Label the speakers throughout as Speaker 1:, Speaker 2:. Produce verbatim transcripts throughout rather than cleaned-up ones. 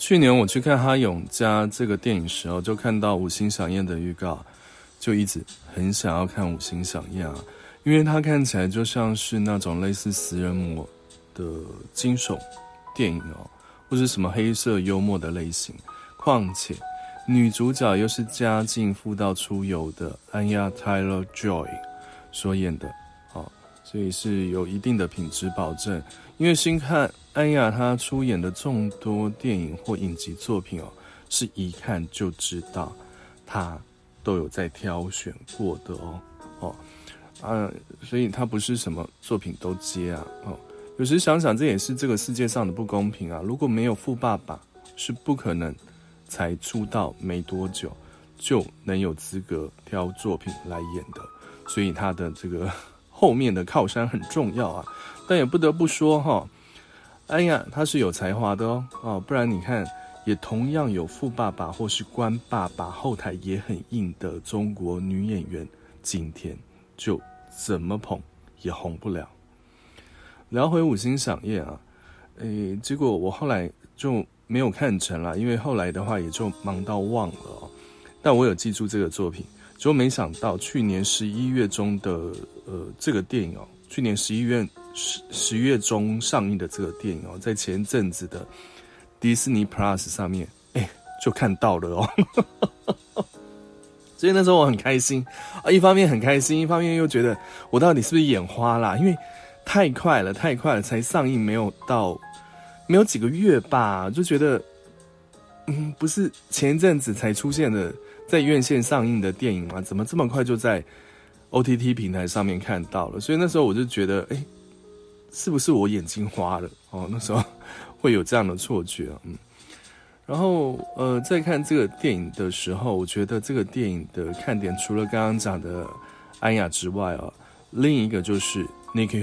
Speaker 1: 去年我去看哈勇家这个电影时候，就看到五星响宴的预告，就一直很想要看五星响宴啊，因为它看起来就像是那种类似食人魔的惊悚电影哦，或是什么黑色幽默的类型。况且女主角又是家境妇道出游的安雅 Taylor-Joy 所演的哦，所以是有一定的品质保证。因为新看安雅她出演的众多电影或影集作品哦，是一看就知道她都有在挑选过的哦哦啊，所以她不是什么作品都接啊哦。有时想想，这也是这个世界上的不公平啊！如果没有富爸爸，是不可能才出道没多久就能有资格挑作品来演的，所以他的这个后面的靠山很重要啊。但也不得不说哈，哎呀，他是有才华的哦哦，不然你看，也同样有富爸爸或是官爸爸，后台也很硬的中国女演员景甜，就怎么捧也红不了。聊回五星响宴啊，诶，结果我后来就没有看成啦，因为后来的话也就忙到忘了哦。但我有记住这个作品，结果没想到去年十一月中的呃这个电影哦，去年十一月十十月中上映的这个电影哦，在前阵子的迪士尼 Plus 上面，哎，就看到了哦。所以那时候我很开心啊，一方面很开心，一方面又觉得我到底是不是眼花啦？因为太快了，太快了，才上映没有到没有几个月吧，就觉得，嗯，不是前一阵子才出现的在院线上映的电影吗？怎么这么快就在 O T T 平台上面看到了？所以那时候我就觉得，哎，是不是我眼睛花了？哦，那时候会有这样的错觉，嗯。然后，呃，在看这个电影的时候，我觉得这个电影的看点除了刚刚讲的安雅之外啊，另一个就是 Nicky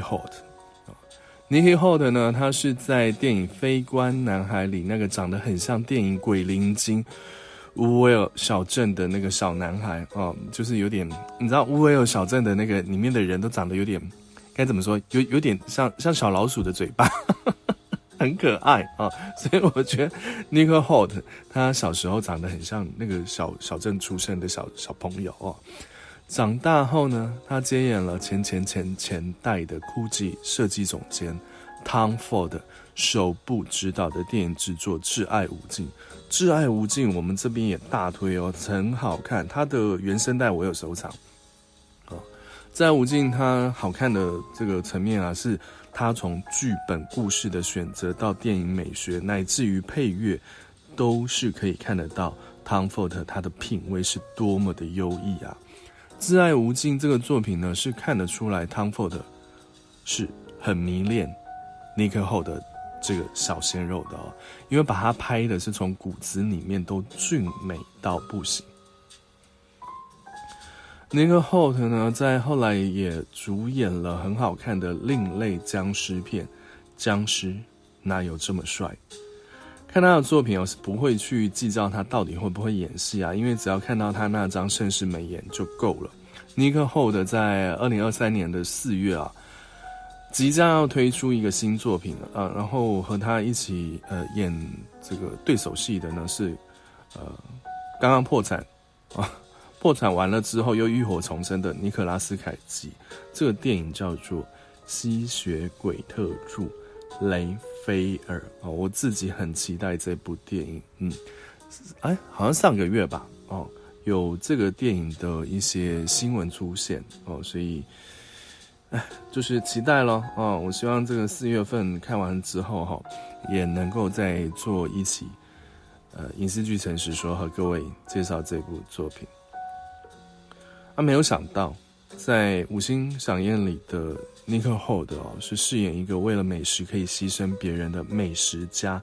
Speaker 1: Hoult。Nicky Hoult 呢，他是在电影《非官男孩》里那个长得很像电影《鬼灵精》乌威尔小镇的那个小男孩哦，就是有点，你知道乌威尔小镇的那个里面的人都长得有点，该怎么说，有有点像像小老鼠的嘴巴。很可爱啊，所以我觉得 Nicky Hoult 他小时候长得很像那个小小镇出生的小小朋友哦。长大后呢，他接演了前前前前代的 GUCCI 设计总监 Tom Ford 首部执导的电影制作《挚爱无尽》。《挚爱无尽》我们这边也大推哦，很好看。它的原声带我有收藏。哦，《挚爱无尽》它好看的这个层面啊，是他从剧本故事的选择到电影美学，乃至于配乐，都是可以看得到 Tom Ford 他的品味是多么的优异啊！《挚爱无尽》这个作品呢，是看得出来 Tom Ford 是很迷恋 Nicky Hoult 的这个小鲜肉的哦，因为把他拍的是从骨子里面都俊美到不行。Nicky Hoult 呢，在后来也主演了很好看的另类僵尸片《僵尸哪有这么帅》。看他的作品我是不会去计较他到底会不会演戏啊，因为只要看到他那张盛世美颜就够了。Nicky Hoult 在二零二三年的四月啊，即将要推出一个新作品啊，然后和他一起呃演这个对手戏的呢是呃刚刚破产啊。破产完了之后又浴火重生的尼可拉斯凯奇，这个电影叫做《吸血鬼特助雷菲尔》哦，我自己很期待这部电影。嗯，哎，好像上个月吧，哦，有这个电影的一些新闻出现哦，所以，哎，就是期待咯哦。我希望这个四月份看完之后哈、哦，也能够再做一起呃影视剧诚实说和各位介绍这部作品。啊，没有想到，在五星响宴里的 Nicky Hoult 哦，是饰演一个为了美食可以牺牲别人的美食家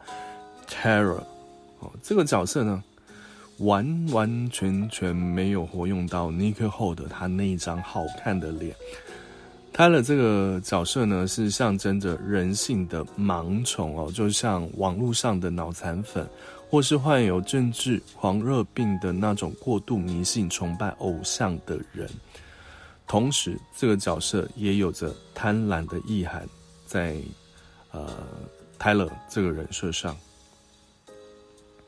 Speaker 1: Tara 哦，这个角色呢，完完全全没有活用到 Nicky Hoult 他那一张好看的脸。Tara 这个角色呢，是象征着人性的盲从哦，就像网络上的脑残粉。或是患有政治狂热病的那种过度迷信崇拜偶像的人，同时这个角色也有着贪婪的意涵在呃 Tyler 这个人设上。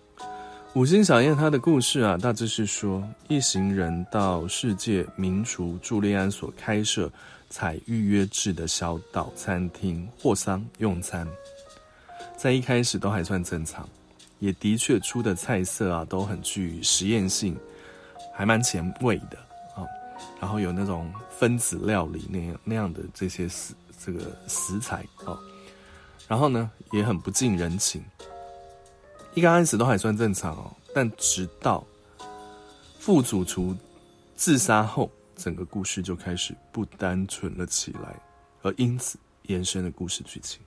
Speaker 1: 五星小宴它的故事啊，大致是说一行人到世界名厨朱利安所开设采预约制的小岛餐厅霍桑用餐，在一开始都还算正常，也的确出的菜色啊都很具实验性，还蛮前卫的啊、哦。然后有那种分子料理那样那样的这些食这个食材啊、哦，然后呢也很不近人情。一刚开始都还算正常哦，但直到副主厨自杀后，整个故事就开始不单纯了起来，而因此延伸的故事剧情。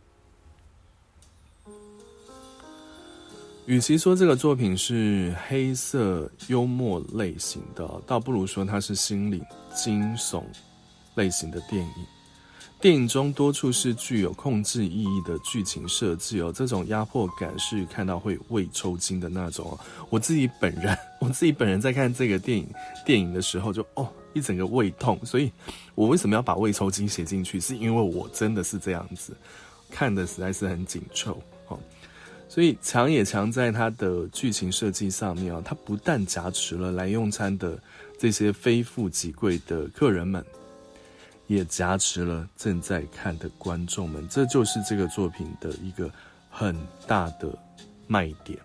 Speaker 1: 与其说这个作品是黑色幽默类型的，倒不如说它是心理惊悚类型的电影。电影中多处是具有控制意义的剧情设计哦，这种压迫感是看到会胃抽筋的那种哦。我自己本人，我自己本人在看这个电影电影的时候就，就哦一整个胃痛，所以我为什么要把胃抽筋写进去？是因为我真的是这样子看的，实在是很紧凑哦。所以强也强在它的剧情设计上面哦，它不但夹持了来用餐的这些非富即贵的客人们，也夹持了正在看的观众们，这就是这个作品的一个很大的卖点。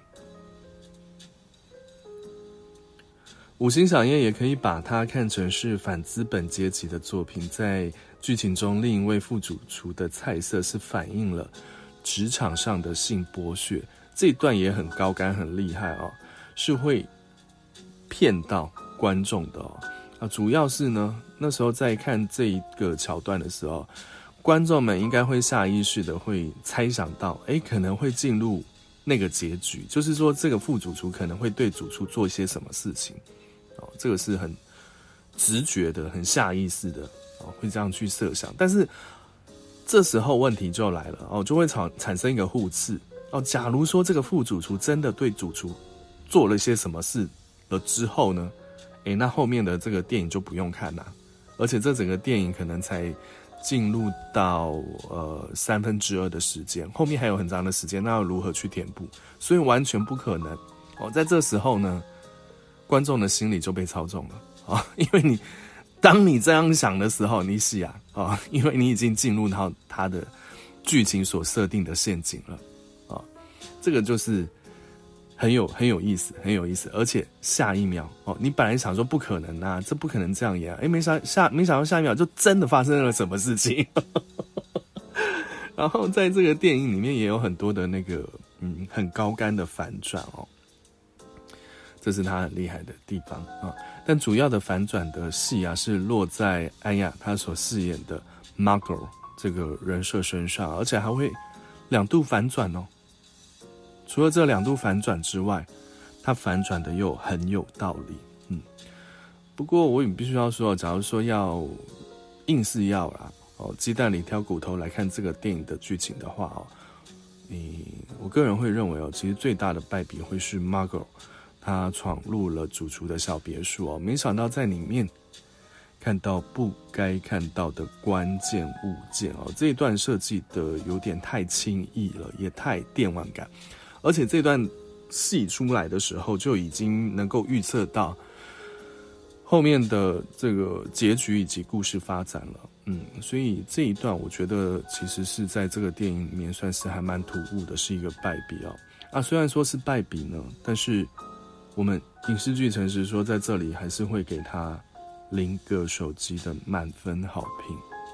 Speaker 1: 五星响宴也可以把它看成是反资本阶级的作品，在剧情中另一位副主厨的菜色是反映了职场上的性剥削，这一段也很高竿很厉害哦，是会骗到观众的哦。啊，主要是呢，那时候在看这一个桥段的时候，观众们应该会下意识的会猜想到，哎，可能会进入那个结局，就是说这个副主厨可能会对主厨做一些什么事情，哦，这个是很直觉的、很下意识的，哦，会这样去设想。但是这时候问题就来了，哦，就会产产生一个互斥，哦，假如说这个副主厨真的对主厨做了些什么事了之后呢？诶，那后面的这个电影就不用看啦，而且这整个电影可能才进入到呃三分之二的时间，后面还有很长的时间，那要如何去填补？所以完全不可能哦。在这时候呢，观众的心理就被操纵了啊、哦，因为你当你这样想的时候，你是啊啊、哦，因为你已经进入到他的剧情所设定的陷阱了啊、哦，这个就是。很有很有意思，很有意思，而且下一秒哦，你本来想说不可能啊，这不可能这样演，哎，没想下没想到下一秒就真的发生了什么事情。然后在这个电影里面也有很多的那个嗯很高竿的反转哦，这是他很厉害的地方啊。但主要的反转的戏啊是落在安雅她所饰演的 Margot 这个人设身上，而且还会两度反转哦。除了这两度反转之外，它反转的又很有道理。嗯，不过我也必须要说，假如说要硬是要啦，哦，鸡蛋里挑骨头来看这个电影的剧情的话哦，你我个人会认为哦，其实最大的败笔会是 Margot， 她闯入了主厨的小别墅哦，没想到在里面看到不该看到的关键物件哦，这一段设计的有点太轻易了，也太电玩感。而且这段戏出来的时候，就已经能够预测到后面的这个结局以及故事发展了。嗯，所以这一段我觉得其实是在这个电影里面算是还蛮突兀的，是一个败笔哦。啊，虽然说是败笔呢，但是我们影视剧诚实说，在这里还是会给他零个手机的满分好评。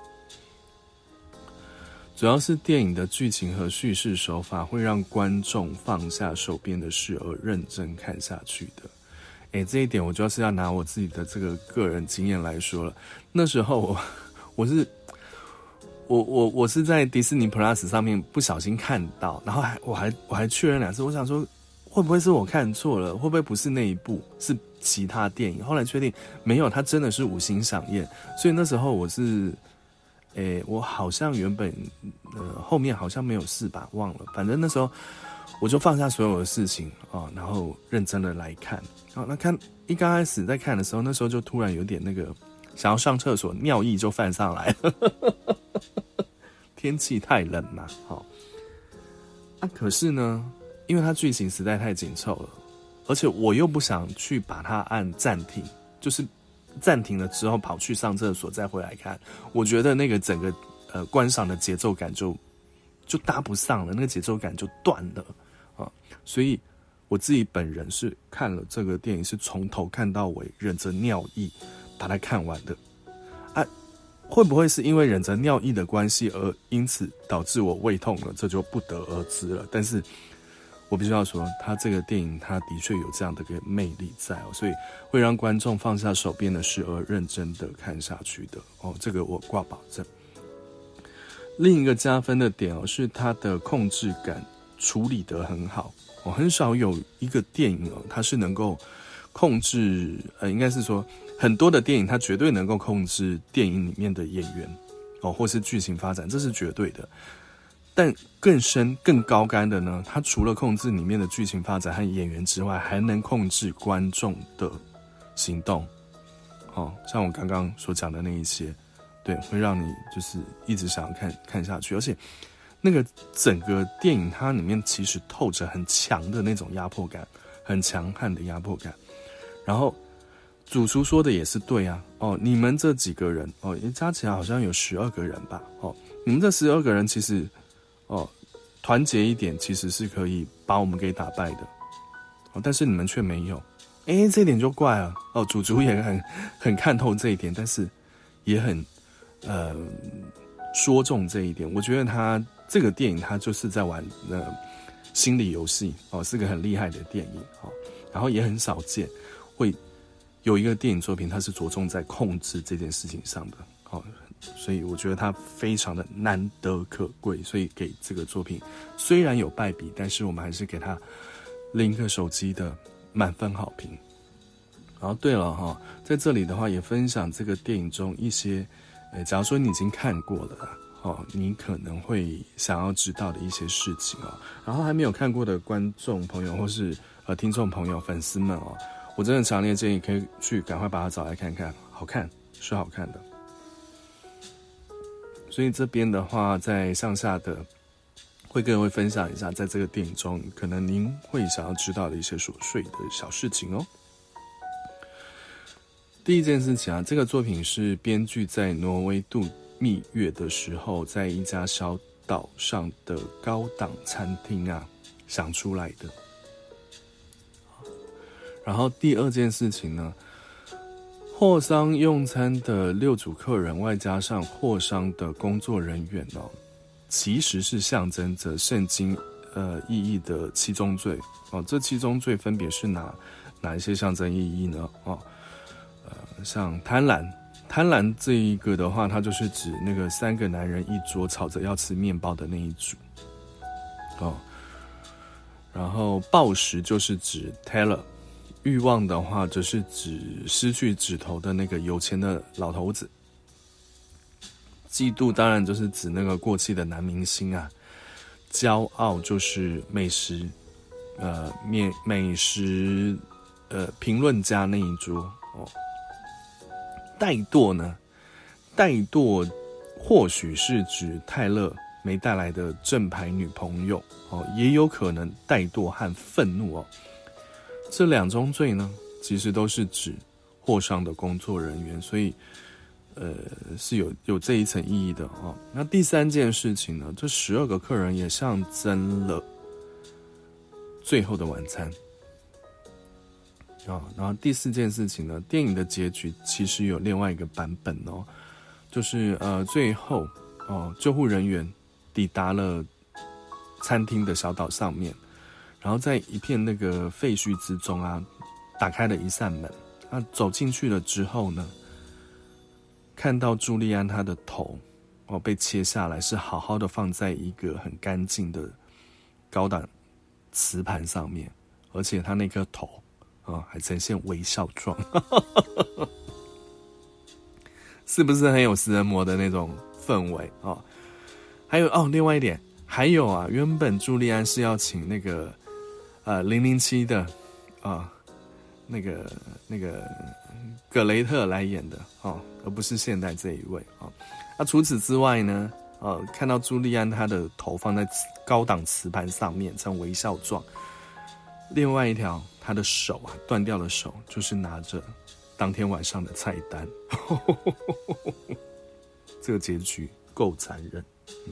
Speaker 1: 主要是电影的剧情和叙事手法会让观众放下手边的事而认真看下去的。诶，这一点我就是要拿我自己的这个个人经验来说了。那时候我我是我我我是在迪士尼 Plus 上面不小心看到，然后还我还我还确认两次，我想说会不会是我看错了，会不会不是那一部，是其他电影？后来确定没有，它真的是五星响宴。所以那时候我是。诶，我好像原本，呃，后面好像没有事吧，忘了。反正那时候我就放下所有的事情啊、哦，然后认真的来看。好、哦，那看一刚开始在看的时候，那时候就突然有点那个想要上厕所，尿意就泛上来了。天气太冷嘛，好、哦。啊，可是呢，因为它剧情实在太紧凑了， 而且我又不想去把它按暂停，就是暂停了之后跑去上厕所再回来看，我觉得那个整个呃观赏的节奏感就就搭不上了，那个节奏感就断了啊，所以我自己本人是看了这个电影是从头看到尾，忍着尿意把它看完的啊。会不会是因为忍着尿意的关系而因此导致我胃痛了，这就不得而知了。但是我必须要说，他这个电影他的确有这样的一个魅力在哦，所以会让观众放下手边的事而认真的看下去的哦，这个我挂保证。另一个加分的点哦，是他的控制感处理得很好哦，很少有一个电影哦，它是能够控制，呃，应该是说很多的电影它绝对能够控制电影里面的演员哦，或是剧情发展，这是绝对的。但更深更高竿的呢，它除了控制里面的剧情发展和演员之外，还能控制观众的行动哦，像我刚刚所讲的那一些，对，会让你就是一直想要看看下去，而且那个整个电影它里面其实透着很强的那种压迫感，很强悍的压迫感。然后主厨说的也是对啊，哦，你们这几个人哦，加起来好像有十二个人吧，哦，你们这十二个人其实哦团结一点，其实是可以把我们给打败的，哦，但是你们却没有，哎，这一点就怪了哦。主厨也很很看透这一点，但是也很呃说中这一点。我觉得他这个电影他就是在玩呃心理游戏哦，是个很厉害的电影哦，然后也很少见。会有一个电影作品它是着重在控制这件事情上的，哦，所以我觉得它非常的难得可贵，所以给这个作品虽然有败笔，但是我们还是给它林克手机的满分好评。然后对了哈，在这里的话也分享这个电影中一些，呃，假如说你已经看过了哦，你可能会想要知道的一些事情哦。然后还没有看过的观众朋友或是呃听众朋友、粉丝们哦。我真的强烈建议可以去赶快把它找来看看，好看是好看的。所以这边的话，在上下的会跟各位分享一下，在这个电影中可能您会想要知道的一些琐碎的小事情哦。第一件事情啊，这个作品是编剧在挪威度蜜月的时候，在一家小岛上的高档餐厅啊想出来的。然后第二件事情呢，货商用餐的六组客人，外加上货商的工作人员哦，其实是象征着圣经呃意义的七宗罪哦。这七宗罪分别是哪哪一些象征意义呢？哦，呃，像贪婪，贪婪这一个的话，它就是指那个三个男人一桌吵着要吃面包的那一组哦。然后暴食就是指 Teller。欲望的话，则是指失去指头的那个有钱的老头子。嫉妒当然就是指那个过气的男明星啊。骄傲就是美食，呃，美美食，呃，评论家那一桌哦。怠惰呢？怠惰或许是指泰勒没带来的正牌女朋友哦，也有可能怠惰和愤怒哦。这两宗罪呢，其实都是指货商的工作人员，所以呃是有有这一层意义的哦。那第三件事情呢，这十二个客人也象征了最后的晚餐啊、哦。然后第四件事情呢，电影的结局其实有另外一个版本哦，就是呃最后哦救护人员抵达了餐厅的小岛上面。然后在一片那个废墟之中啊，打开了一扇门。那走进去了之后呢，看到朱利安他的头哦被切下来，是好好的放在一个很干净的高档瓷盘上面，而且他那颗头啊、哦、还呈现微笑状，是不是很有食人魔的那种氛围啊、哦？还有哦，另外一点还有啊，原本朱利安是要请那个。呃，零零七的啊、呃，那个那个葛雷特来演的哦，而不是现代这一位哦。那、啊、除此之外呢，呃，看到朱利安他的头放在高档瓷盘上面，呈微笑状， 另外一条，他的手啊，断掉的手，就是拿着当天晚上的菜单。这个结局够残忍。嗯。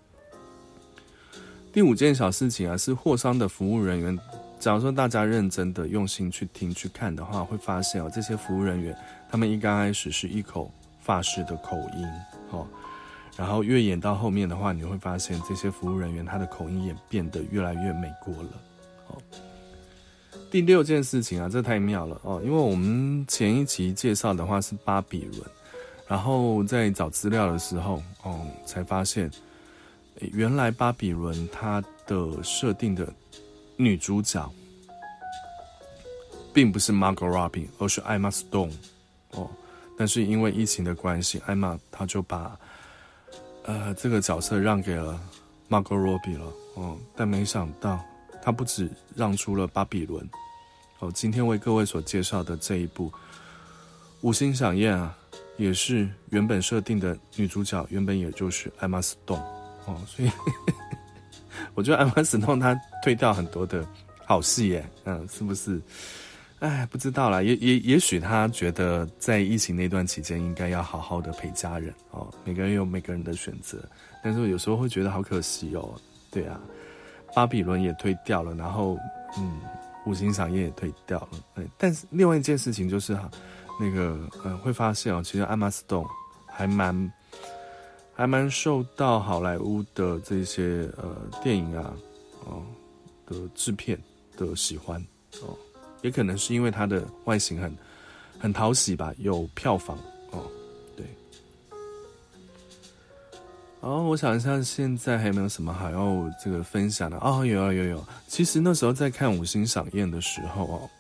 Speaker 1: 第五件小事情啊，是货商的服务人员。假如说大家认真的用心去听去看的话，会发现哦，这些服务人员他们一刚开始是一口法式的口音哦，然后越演到后面的话，你会发现这些服务人员他的口音也变得越来越美国了。哦，第六件事情啊，这太妙了哦，因为我们前一集介绍的话是巴比伦，然后在找资料的时候哦，才发现。原来巴比伦它的设定的女主角并不是 Margot Robbie， 而是 Emma Stone 哦。但是因为疫情的关系，艾玛她就把呃这个角色让给了 Margot Robbie 了哦。但没想到她不止让出了巴比伦哦，今天为各位所介绍的这一部《五星响宴》啊，也是原本设定的女主角原本也就是 Emma Stone。哦，所以我觉得艾玛斯通他推掉很多的好戏耶，嗯，是不是？哎，不知道啦，也也也许他觉得在疫情那段期间应该要好好的陪家人哦，每个人有每个人的选择，但是我有时候会觉得好可惜哦，对啊，巴比伦也推掉了，然后嗯，五星响宴也推掉了，哎，但是另外一件事情就是哈，那个呃会发现哦，其实艾玛斯通还蛮。还蛮受到好莱坞的这些呃电影啊哦的制片的喜欢哦，也可能是因为它的外形很很讨喜吧，有票房哦，对。好，我想一下，现在还有没有什么还要这个分享的？哦，有有有有。其实那时候在看五星响宴的时候哦，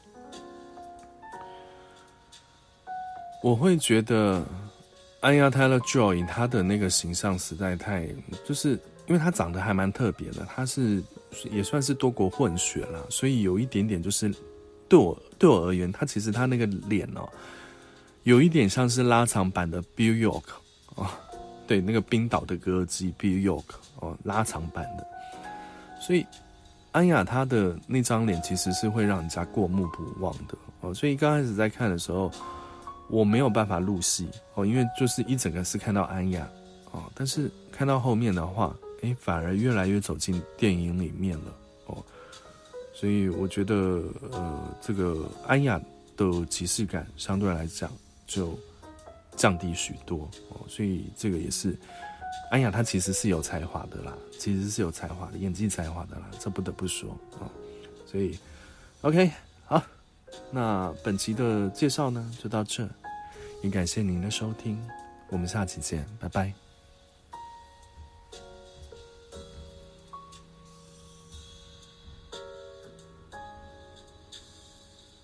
Speaker 1: 我会觉得。安雅泰勒 Joy 她的那个形象实在太，就是因为她长得还蛮特别的，她是也算是多国混血啦，所以有一点点就是对我对我而言，她其实她那个脸哦，有一点像是拉长版的 Bill York 哦，对，那个冰岛的歌姬 Bill York 哦，拉长版的，所以安雅她的那张脸其实是会让人家过目不忘的哦，所以刚开始在看的时候。我没有办法入戏哦，因为就是一整个是看到安雅哦，但是看到后面的话，哎，反而越来越走进电影里面了哦，所以我觉得呃，这个安雅的即视感相对来讲就降低许多哦，所以这个也是安雅她其实是有才华的啦，其实是有才华的，演技才华的啦，这不得不说啊、哦，所以 OK 好。那本期的介绍呢，就到这，也感谢您的收听，我们下期见，拜拜。